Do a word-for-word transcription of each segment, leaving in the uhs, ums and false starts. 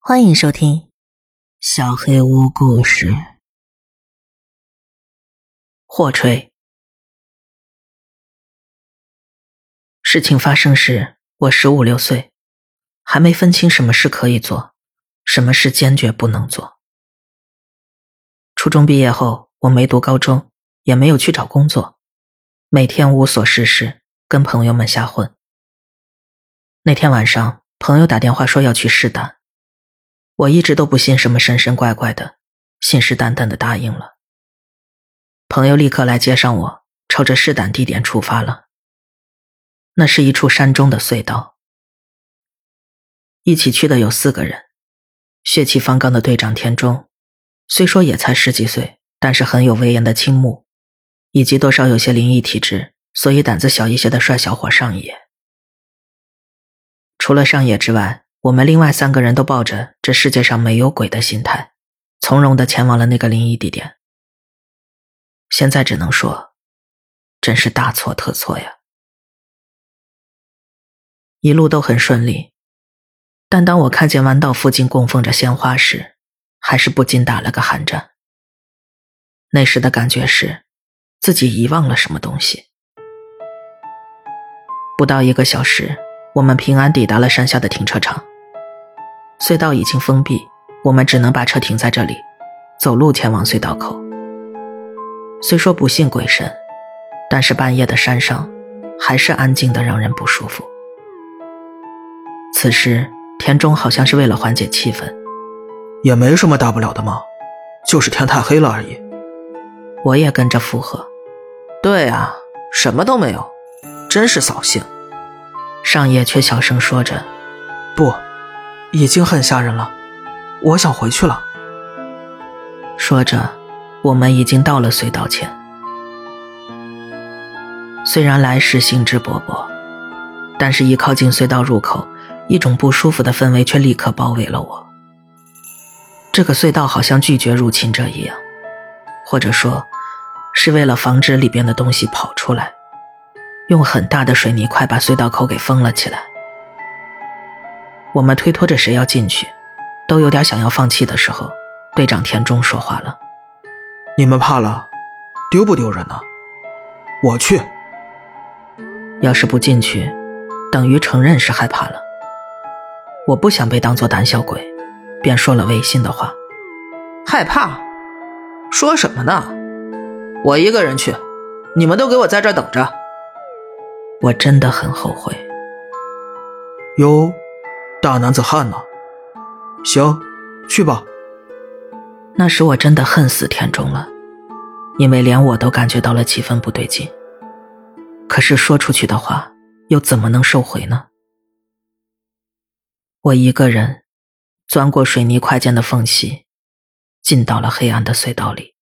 欢迎收听小黑屋故事。货锤。事情发生时我十五六岁，还没分清什么事可以做，什么事坚决不能做。初中毕业后，我没读高中，也没有去找工作，每天无所事事，跟朋友们瞎混。那天晚上，朋友打电话说要去试胆，我一直都不信什么神神怪怪的，信誓旦旦地答应了。朋友立刻来接上我，朝着试胆地点出发了。那是一处山中的隧道。一起去的有四个人，血气方刚的队长田中，虽说也才十几岁，但是很有威严的青木，以及多少有些灵异体质，所以胆子小一些的帅小伙上野。除了上野之外，我们另外三个人都抱着这世界上没有鬼的心态，从容地前往了那个灵异地点。现在只能说，真是大错特错呀。一路都很顺利，但当我看见弯道附近供奉着鲜花时，还是不禁打了个寒战。那时的感觉是，自己遗忘了什么东西。不到一个小时，我们平安抵达了山下的停车场。隧道已经封闭，我们只能把车停在这里，走路前往隧道口。虽说不信鬼神，但是半夜的山上还是安静得让人不舒服。此时田中好像是为了缓解气氛， 也没什么大不了的嘛，就是天太黑了而已。 我也跟着附和， 对啊，什么都没有，真是扫兴。 上野却小声说着， 不，已经很吓人了，我想回去了。 说着我们已经到了隧道前。虽然来时兴致勃勃，但是一靠近隧道入口，一种不舒服的氛围却立刻包围了我。这个隧道好像拒绝入侵者一样，或者说是为了防止里边的东西跑出来，用很大的水泥块把隧道口给封了起来。我们推脱着谁要进去，都有点想要放弃的时候，队长田中说话了。 你们怕了，丢不丢人呢？我去。 要是不进去，等于承认是害怕了。我不想被当作胆小鬼，便说了违心的话。 害怕？说什么呢？我一个人去，你们都给我在这儿等着。 我真的很后悔。 哟，大男子汉呢？行，去吧。 那时我真的恨死田中了，因为连我都感觉到了气氛不对劲。可是说出去的话，又怎么能收回呢？我一个人钻过水泥块间的缝隙，进到了黑暗的隧道里。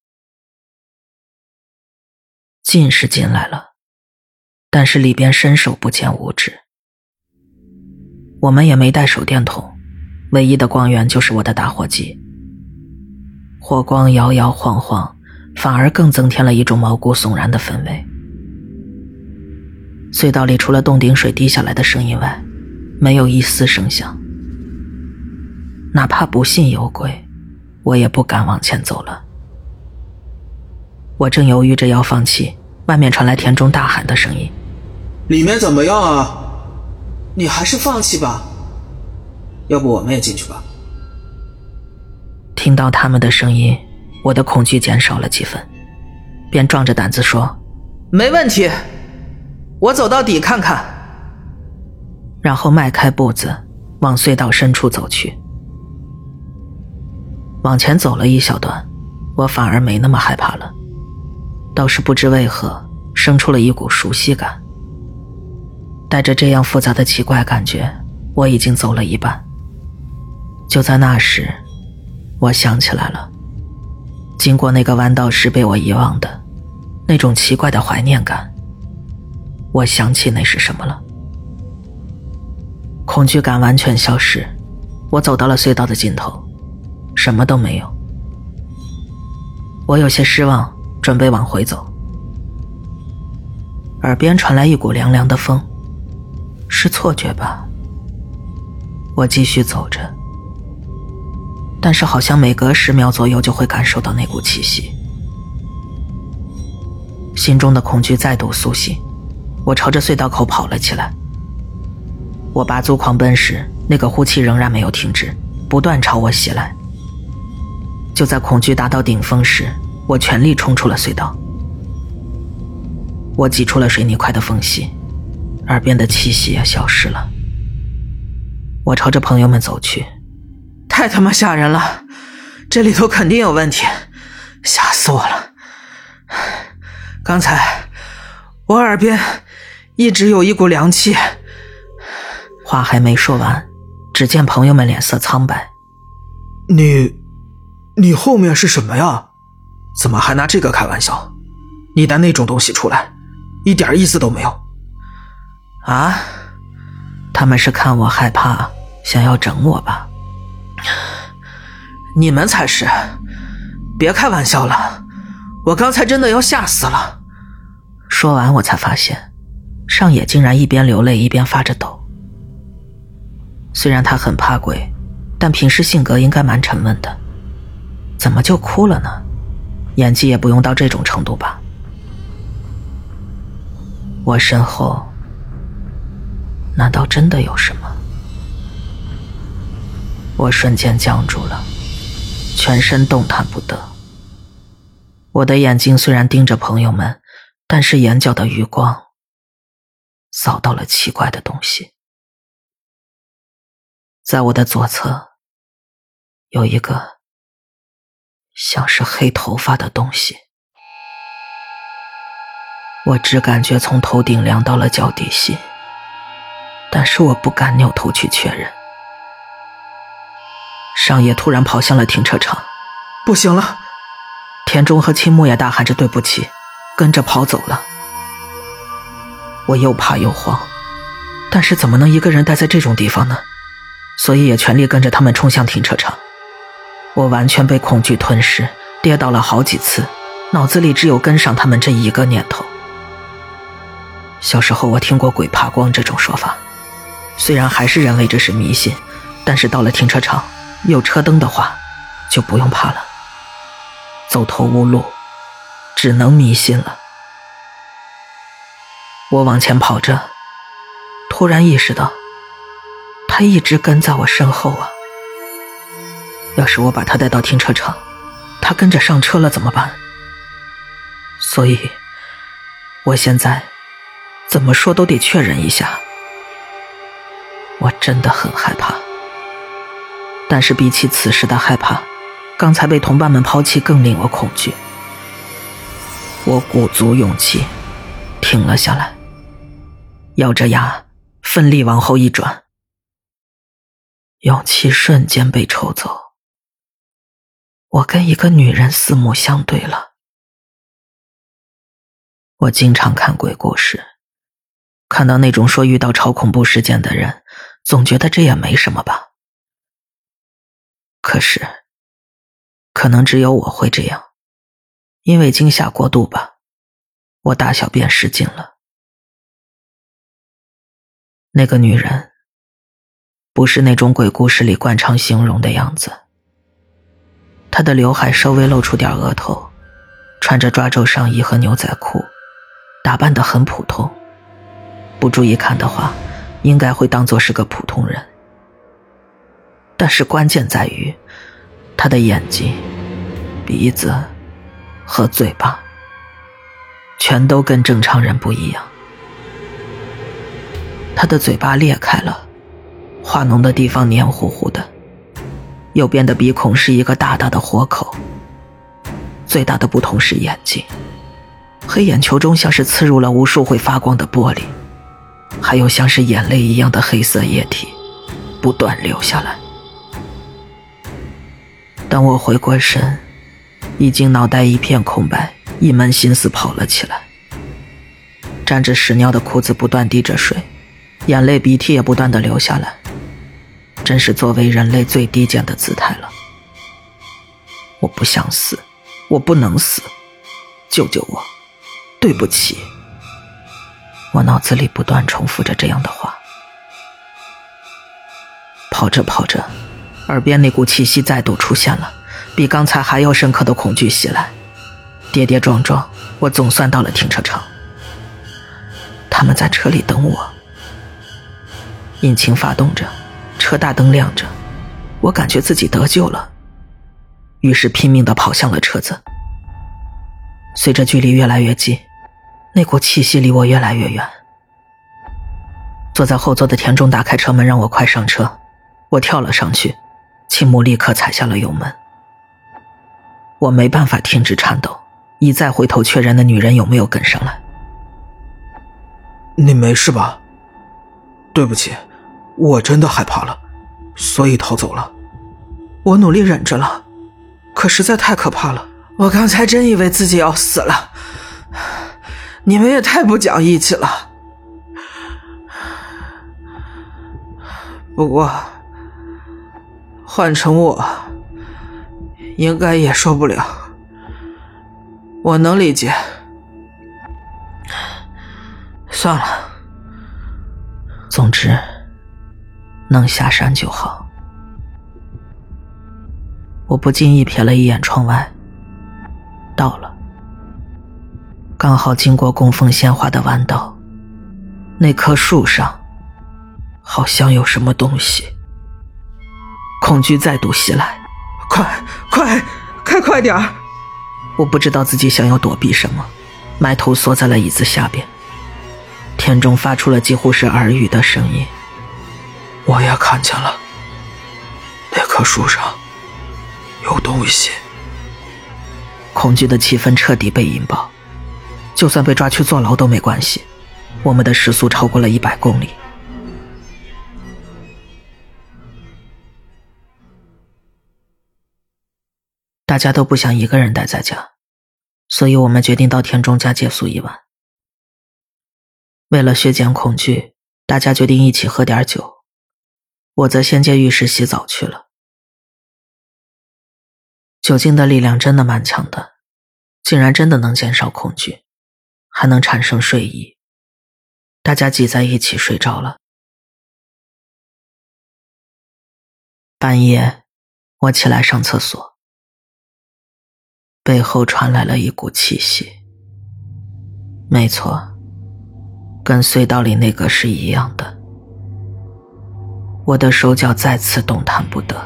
进是进来了，但是里边伸手不见五指。我们也没带手电筒，唯一的光源就是我的打火机。火光摇摇晃晃，反而更增添了一种毛骨悚然的氛围。隧道里除了洞顶水滴下来的声音外，没有一丝声响。哪怕不信有鬼，我也不敢往前走了。我正犹豫着要放弃，外面传来田中大喊的声音： 里面怎么样啊？你还是放弃吧，要不我们也进去吧。 听到他们的声音，我的恐惧减少了几分，便壮着胆子说： 没问题，我走到底看看。 然后迈开步子往隧道深处走去。往前走了一小段，我反而没那么害怕了，倒是不知为何生出了一股熟悉感。带着这样复杂的奇怪感觉，我已经走了一半。就在那时，我想起来了，经过那个弯道时被我遗忘的那种奇怪的怀念感。我想起那是什么了。恐惧感完全消失，我走到了隧道的尽头，什么都没有。我有些失望，准备往回走。耳边传来一股凉凉的风，是错觉吧？我继续走着， 但是好像每隔十秒左右就会感受到那股气息。心中的恐惧再度苏醒，我朝着隧道口跑了起来。我拔足狂奔时，那个呼气仍然没有停止，不断朝我袭来。就在恐惧达到顶峰时，我全力冲出了隧道。我挤出了水泥块的缝隙，耳边的气息也消失了。我朝着朋友们走去。 太他妈吓人了，这里头肯定有问题，吓死我了。刚才我耳边一直有一股凉气。 话还没说完，只见朋友们脸色苍白。 你你后面是什么呀？怎么还拿这个开玩笑？你带那种东西出来，一点意思都没有。 啊？他们是看我害怕，想要整我吧？ 你们才是，别开玩笑了，我刚才真的要吓死了。 说完我才发现，上野竟然一边流泪一边发着抖。虽然他很怕鬼，但平时性格应该蛮沉闷的，怎么就哭了呢？演技也不用到这种程度吧。我身后难道真的有什么？我瞬间僵住了，全身动弹不得。我的眼睛虽然盯着朋友们，但是眼角的余光扫到了奇怪的东西。在我的左侧有一个像是黑头发的东西，我只感觉从头顶凉到了脚底心，但是我不敢扭头去确认。上野突然跑向了停车场。 不行了！ 田中和青木也大喊着对不起，跟着跑走了。我又怕又慌，但是怎么能一个人待在这种地方呢？所以也全力跟着他们冲向停车场。我完全被恐惧吞噬，跌倒了好几次，脑子里只有跟上他们这一个念头。小时候我听过鬼怕光这种说法，虽然还是认为这是迷信，但是到了停车场有车灯的话就不用怕了。走投无路，只能迷信了。我往前跑着，突然意识到他一直跟在我身后啊。要是我把他带到停车场，他跟着上车了怎么办？所以我现在怎么说都得确认一下。我真的很害怕，但是比起此时的害怕，刚才被同伴们抛弃更令我恐惧。我鼓足勇气停了下来，咬着牙奋力往后一转，勇气瞬间被抽走。我跟一个女人四目相对了。我经常看鬼故事，看到那种说遇到超恐怖事件的人，总觉得这也没什么吧。可是可能只有我会这样，因为惊吓过度吧，我大小便失禁了。那个女人不是那种鬼故事里惯常形容的样子，她的刘海稍微露出点额头，穿着抓皱上衣和牛仔裤，打扮得很普通，不注意看的话应该会当作是个普通人。但是关键在于她的眼睛、鼻子和嘴巴全都跟正常人不一样。她的嘴巴裂开了，化脓的地方黏糊糊的，右边的鼻孔是一个大大的活口，最大的不同是眼睛，黑眼球中像是刺入了无数会发光的玻璃，还有像是眼泪一样的黑色液体不断流下来。当我回过神，已经脑袋一片空白，一门心思跑了起来。沾着屎尿的裤子不断滴着水，眼泪鼻涕也不断地流下来，真是作为人类最低贱的姿态了。我不想死，我不能死，救救我，对不起。我脑子里不断重复着这样的话。跑着跑着， 耳边那股气息再度出现了，比刚才还要深刻的恐惧袭来。跌跌撞撞，我总算到了停车场。他们在车里等我。引擎发动着，车大灯亮着，我感觉自己得救了，于是拼命地跑向了车子。随着距离越来越近，那股气息离我越来越远。坐在后座的田中打开车门让我快上车，我跳了上去，青木立刻踩下了油门。我没办法停止颤抖，一再回头确认那女人有没有跟上来。 你没事吧？对不起，我真的害怕了，所以逃走了。我努力忍着了，可实在太可怕了，我刚才真以为自己要死了。你们也太不讲义气了。不过换成我应该也受不了，我能理解。算了， 总之能下山就好。我不经意瞥了一眼窗外，到了，刚好经过供奉鲜花的弯道，那棵树上好像有什么东西。恐惧再度袭来， 快快快快点儿！ 我不知道自己想要躲避什么，埋头缩在了椅子下边。田中发出了几乎是耳语的声音， 我也看见了，那棵树上有东西。 恐惧的气氛彻底被引爆，就算被抓去坐牢都没关系，我们的时速超过了一百公里。大家都不想一个人待在家，所以我们决定到田中家借宿一晚。为了削减恐惧，大家决定一起喝点酒，我则先借浴室洗澡去了。酒精的力量真的蛮强的，竟然真的能减少恐惧，还能产生睡意。大家挤在一起睡着了。半夜，我起来上厕所，背后传来了一股气息。没错，跟隧道里那个是一样的。我的手脚再次动弹不得。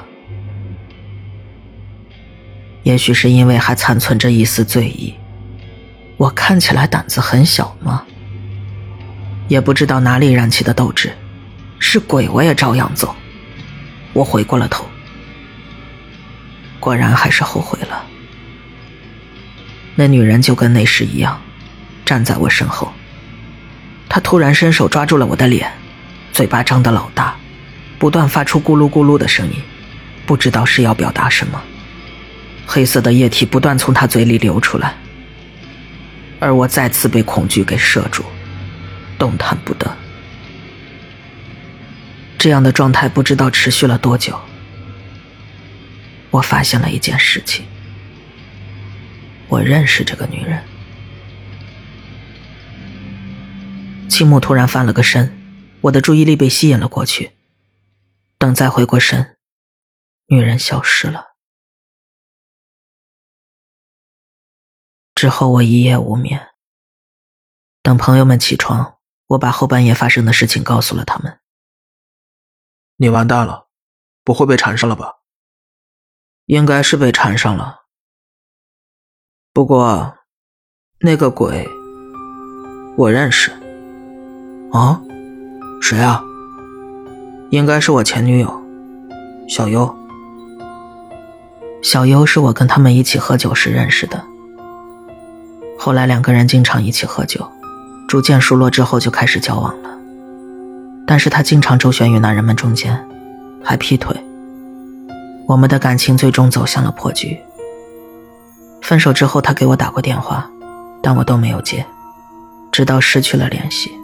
也许是因为还残存着一丝醉意，我看起来胆子很小吗？也不知道哪里燃起的斗志，是鬼我也照样揍。我回过了头，果然还是后悔了。那女人就跟那时一样，站在我身后。她突然伸手抓住了我的脸，嘴巴张得老大，不断发出咕噜咕噜的声音，不知道是要表达什么。黑色的液体不断从她嘴里流出来，而我再次被恐惧给摄住，动弹不得。这样的状态不知道持续了多久。我发现了一件事情，我认识这个女人。青木突然翻了个身，我的注意力被吸引了过去。等再回过神，女人消失了。之后我一夜无眠。等朋友们起床，我把后半夜发生的事情告诉了他们。 你完蛋了，不会被缠上了吧？ 应该是被缠上了。不过，那个鬼，我认识。 啊？谁啊？ 应该是我前女友，小优。小优是我跟他们一起喝酒时认识的。后来两个人经常一起喝酒，逐渐熟络之后就开始交往了。但是他经常周旋于男人们中间，还劈腿。我们的感情最终走向了破局。分手之后他给我打过电话，但我都没有接，直到失去了联系。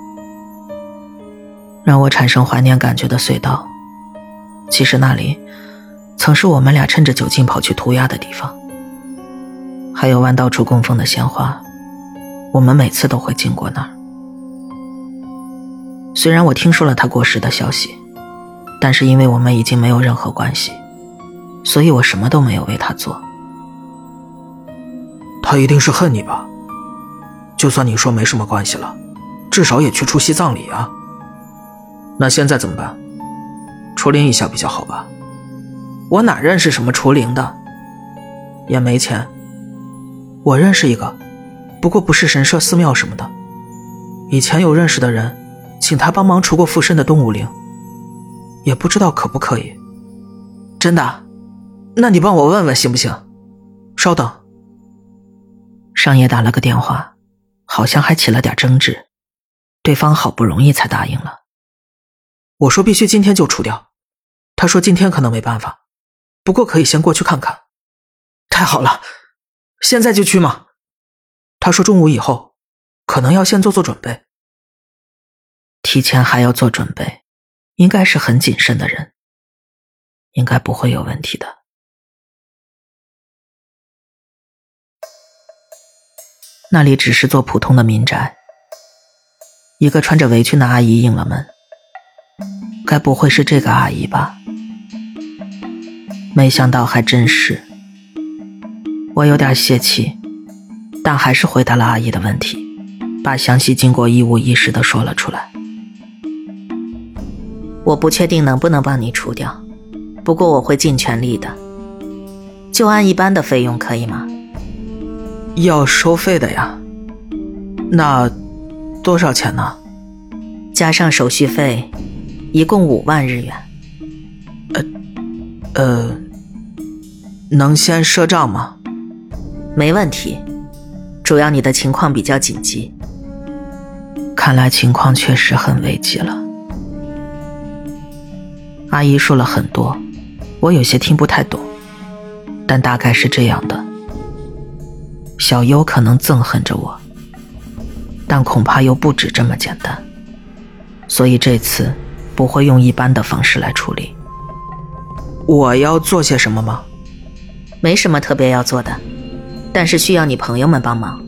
让我产生怀念感觉的隧道，其实那里曾是我们俩趁着酒劲跑去涂鸦的地方。还有弯道处供奉的鲜花，我们每次都会经过那儿。虽然我听说了他过世的消息， 但是因为我们已经没有任何关系，所以我什么都没有为他做。 他一定是恨你吧？就算你说没什么关系了，至少也去出席葬礼啊。那现在怎么办？除灵一下比较好吧？我哪认识什么除灵的，也没钱。我认识一个，不过不是神社寺庙什么的，以前有认识的人请他帮忙除过附身的动物灵，也不知道可不可以。真的？那你帮我问问行不行？稍等。 上野打了个电话，好像还起了点争执，对方好不容易才答应了。 我说必须今天就除掉，他说今天可能没办法，不过可以先过去看看。太好了，现在就去吗？他说中午以后可能要先做做准备。 提前还要做准备，应该是很谨慎的人，应该不会有问题的。那里只是座普通的民宅，一个穿着围裙的阿姨应了门。该不会是这个阿姨吧？没想到还真是。我有点泄气，但还是回答了阿姨的问题，把详细经过一五一十地说了出来。我不确定能不能帮你除掉，不过我会尽全力的。就按一般的费用可以吗？ 要收费的呀。那多少钱呢？ 加上手续费一共五万日元。 呃呃能先赊账吗？ 没问题，主要你的情况比较紧急。看来情况确实很危急了。阿姨说了很多，我有些听不太懂，但大概是这样的。小优可能憎恨着我，但恐怕又不止这么简单，所以这次不会用一般的方式来处理。 我要做些什么吗？ 没什么特别要做的，但是需要你朋友们帮忙。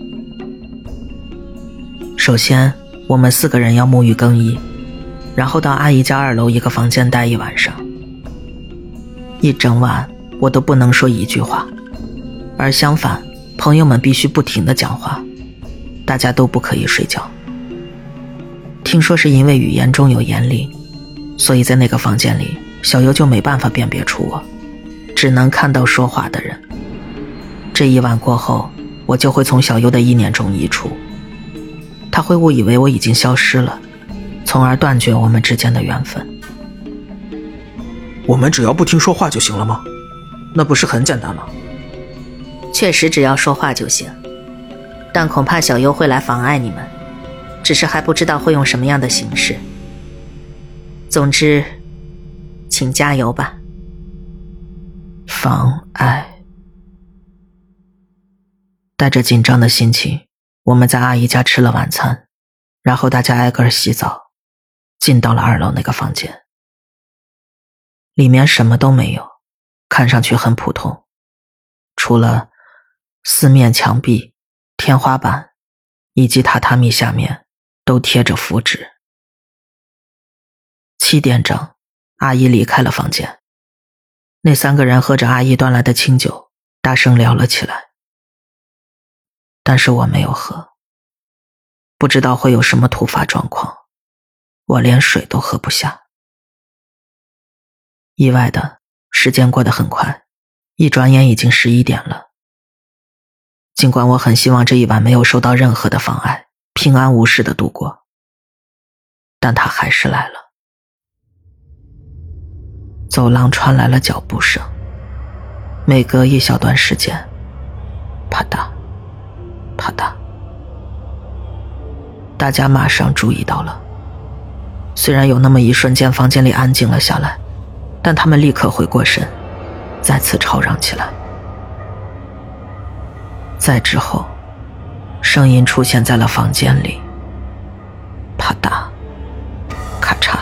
首先，我们四个人要沐浴更衣，然后到阿姨家二楼一个房间待一晚上。一整晚我都不能说一句话，而相反，朋友们必须不停地讲话，大家都不可以睡觉。听说是因为语言中有言灵，所以在那个房间里，小优就没办法辨别出我，只能看到说话的人。这一晚过后，我就会从小优的意念中移出，他会误以为我已经消失了，从而断绝我们之间的缘分。 我们只要不听说话就行了吗？那不是很简单吗？ 确实只要说话就行，但恐怕小优会来妨碍你们，只是还不知道会用什么样的形式。总之，请加油吧。妨碍。带着紧张的心情，我们在阿姨家吃了晚餐，然后大家挨个洗澡，进到了二楼那个房间。里面什么都没有，看上去很普通，除了四面墙壁、天花板以及榻榻米下面都贴着符纸。七点整，阿姨离开了房间。那三个人喝着阿姨端来的清酒，大声聊了起来。但是我没有喝，不知道会有什么突发状况，我连水都喝不下。意外的，时间过得很快，一转眼已经十一点了。尽管我很希望这一晚没有受到任何的妨碍，平安无事的度过，但它还是来了。走廊传来了脚步声，每隔一小段时间，啪嗒啪嗒。大家马上注意到了，虽然有那么一瞬间房间里安静了下来，但他们立刻回过神，再次吵嚷起来。再之后，声音出现在了房间里，啪嗒咔嚓。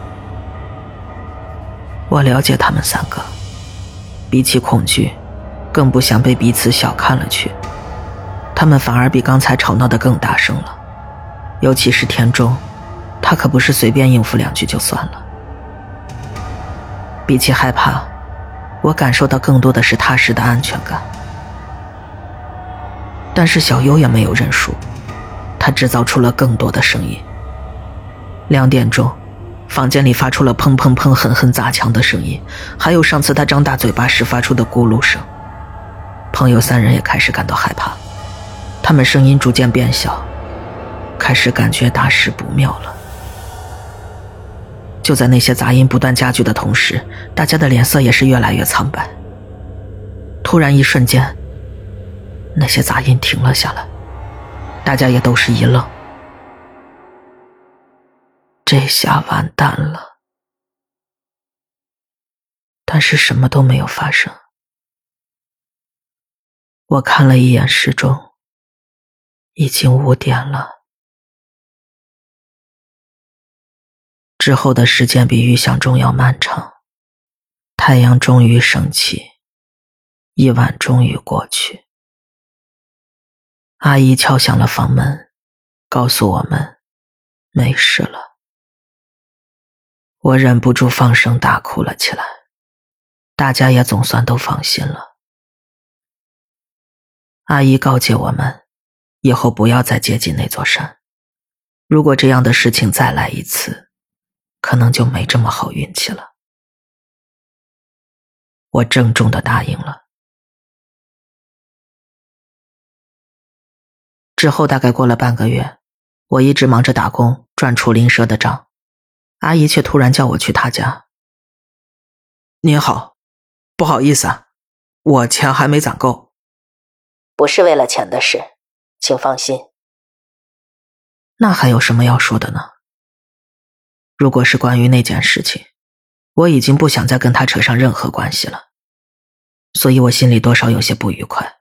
我了解他们三个，比起恐惧，更不想被彼此小看了去，他们反而比刚才吵闹得更大声了。尤其是田中，他可不是随便应付两句就算了。 比起害怕，我感受到更多的是踏实的安全感。但是小优也没有认输，他制造出了更多的声音。两点钟，房间里发出了砰砰砰狠狠砸墙的声音，还有上次他张大嘴巴时发出的咕噜声。朋友三人也开始感到害怕，他们声音逐渐变小，开始感觉大事不妙了。就在那些杂音不断加剧的同时，大家的脸色也是越来越苍白。突然一瞬间，那些杂音停了下来，大家也都是一愣。这下完蛋了。但是什么都没有发生。我看了一眼时钟，已经五点了。之后的时间比预想中要漫长，太阳终于升起，一晚终于过去。阿姨敲响了房门，告诉我们没事了。我忍不住放声大哭了起来，大家也总算都放心了。阿姨告诫我们，以后不要再接近那座山，如果这样的事情再来一次，可能就没这么好运气了。我郑重地答应了。之后大概过了半个月，我一直忙着打工赚出灵社的账，阿姨却突然叫我去她家。 您好，不好意思啊，我钱还没攒够。 不是为了钱的事，请放心。那还有什么要说的呢？如果是关于那件事情，我已经不想再跟他扯上任何关系了，所以我心里多少有些不愉快。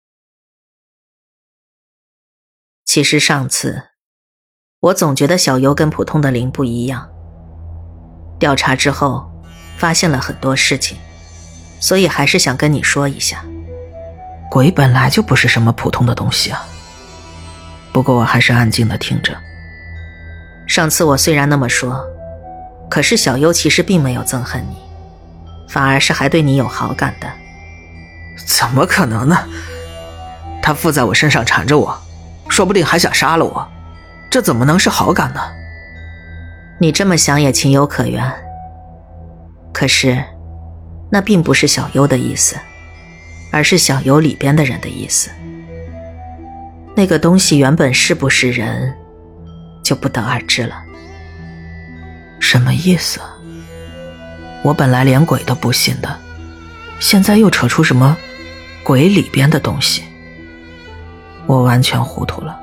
其实上次我总觉得小优跟普通的灵不一样，调查之后发现了很多事情，所以还是想跟你说一下。鬼本来就不是什么普通的东西啊。不过我还是安静地听着。上次我虽然那么说，可是小优其实并没有憎恨你，反而是还对你有好感的。 怎么可能呢？他附在我身上缠着我，说不定还想杀了我，这怎么能是好感呢？ 你这么想也情有可原，可是那并不是小优的意思，而是小优里边的人的意思。那个东西原本是不是人，就不得而知了。什么意思？我本来连鬼都不信的，现在又扯出什么鬼里边的东西，我完全糊涂了。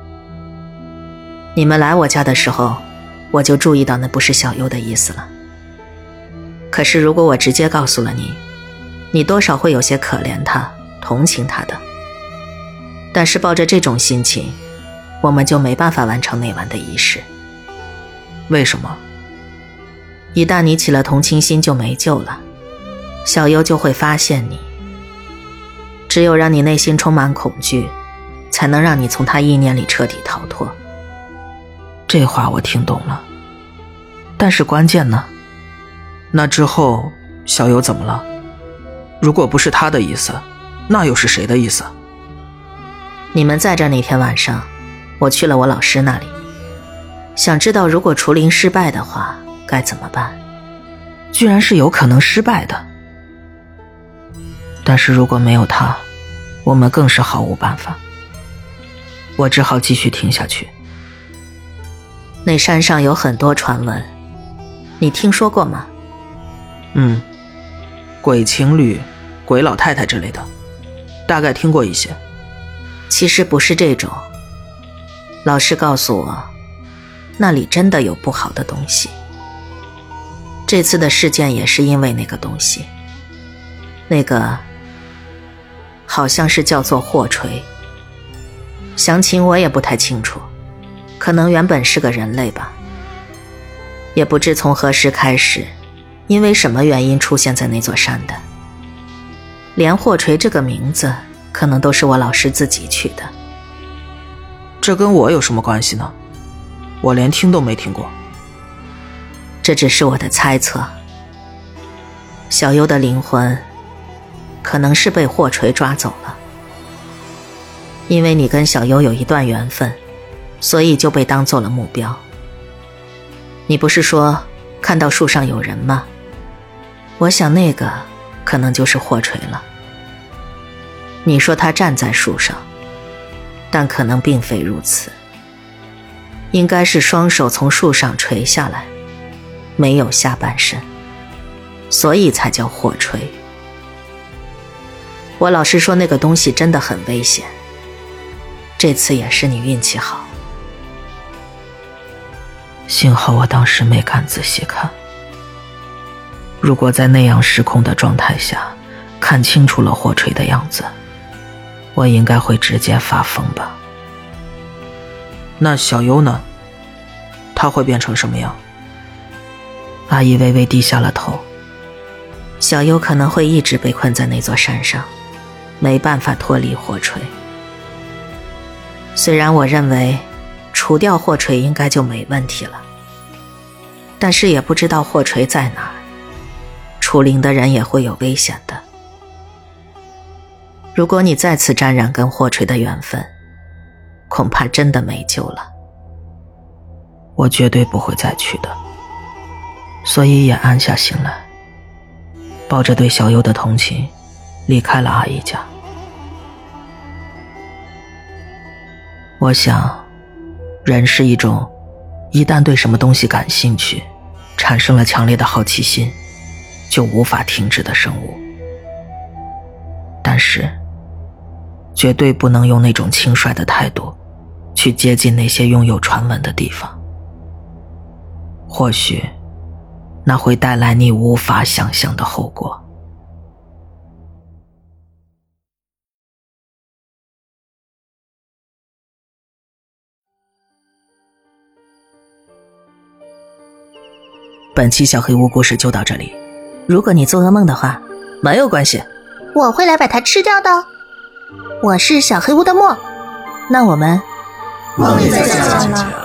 你们来我家的时候，我就注意到那不是小优的意思了。可是如果我直接告诉了你，你多少会有些可怜他，同情他的。但是抱着这种心情，我们就没办法完成那晚的仪式。 为什么？ 一旦你起了同情心就没救了，小优就会发现你。只有让你内心充满恐惧，才能让你从他意念里彻底逃脱。这话我听懂了，但是关键呢？ 那之后小优怎么了？如果不是他的意思，那又是谁的意思？ 你们在这那天晚上，我去了我老师那里，想知道如果除灵失败的话该怎么办。居然是有可能失败的。但是如果没有他，我们更是毫无办法。我只好继续听下去。那山上有很多传闻，你听说过吗？ 嗯，鬼情侣、鬼老太太之类的，大概听过一些。 其实不是这种，老师告诉我，那里真的有不好的东西。这次的事件也是因为那个东西，那个好像是叫做霍锤，详情我也不太清楚，可能原本是个人类吧。也不知从何时开始，因为什么原因出现在那座山的。连霍锤这个名字可能都是我老师自己取的。 这跟我有什么关系呢？我连听都没听过。 这只是我的猜测。 小优的灵魂可能是被霍锤抓走了。因为你跟小优有一段缘分，所以就被当做了目标。你不是说看到树上有人吗？我想那个可能就是霍锤了。你说他站在树上，但可能并非如此，应该是双手从树上垂下来，没有下半身，所以才叫霍锤。我老实说，那个东西真的很危险，这次也是你运气好。 幸好我当时没敢仔细看，如果在那样失控的状态下看清楚了霍锤的样子，我应该会直接发疯吧。那小优呢？他会变成什么样？阿姨微微低下了头。 小优可能会一直被困在那座山上，没办法脱离霍锤。虽然我认为除掉霍锤应该就没问题了，但是也不知道霍锤在哪儿，除灵的人也会有危险的。如果你再次沾染跟霍锤的缘分，恐怕真的没救了。 我绝对不会再去的，所以也安下心来，抱着对小优的同情离开了阿姨家。我想，人是一种一旦对什么东西感兴趣，产生了强烈的好奇心，就无法停止的生物。但是绝对不能用那种轻率的态度去接近那些拥有传闻的地方，或许那会带来你无法想象的后果。本期小黑屋故事就到这里， 如果你做噩梦的话， 没有关系， 我会来把它吃掉的。我是小黑屋的墨， 那我们梦里再见了。